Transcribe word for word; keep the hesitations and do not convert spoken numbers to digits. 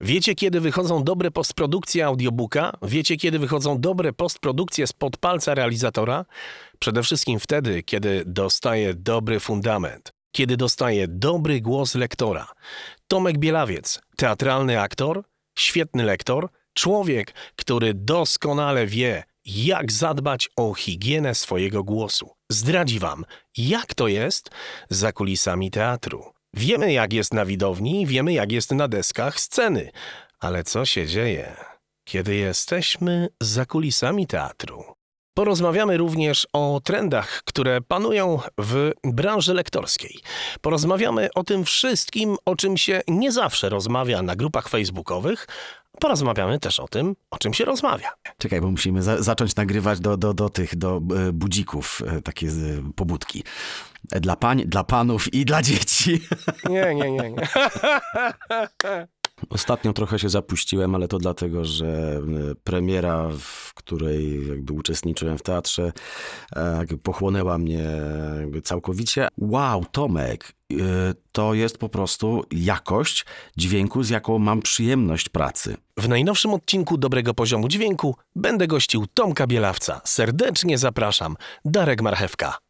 Wiecie, kiedy wychodzą dobre postprodukcje audiobooka? Wiecie, kiedy wychodzą dobre postprodukcje spod palca realizatora? Przede wszystkim wtedy, kiedy dostaje dobry fundament, kiedy dostaje dobry głos lektora. Tomek Bielawiec, teatralny aktor, świetny lektor, człowiek, który doskonale wie, jak zadbać o higienę swojego głosu. Zdradzi wam, jak to jest za kulisami teatru. Wiemy, jak jest na widowni, wiemy, jak jest na deskach sceny. Ale co się dzieje, kiedy jesteśmy za kulisami teatru? Porozmawiamy również o trendach, które panują w branży lektorskiej. Porozmawiamy o tym wszystkim, o czym się nie zawsze rozmawia na grupach facebookowych. Porozmawiamy też o tym, o czym się rozmawia. Czekaj, bo musimy za zacząć nagrywać do, do, do tych, do e, budzików, e, takie e, pobudki. E, Dla pań, dla panów i dla dzieci. Nie, nie, nie, nie. Ostatnio trochę się zapuściłem, ale to dlatego, że e, premiera, w której jakby uczestniczyłem w teatrze, e, jakby pochłonęła mnie jakby całkowicie. Wow, Tomek, e, to jest po prostu jakość dźwięku, z jaką mam przyjemność pracy. W najnowszym odcinku Dobrego Poziomu Dźwięku będę gościł Tomka Bielawca. Serdecznie zapraszam, Darek Marchewka.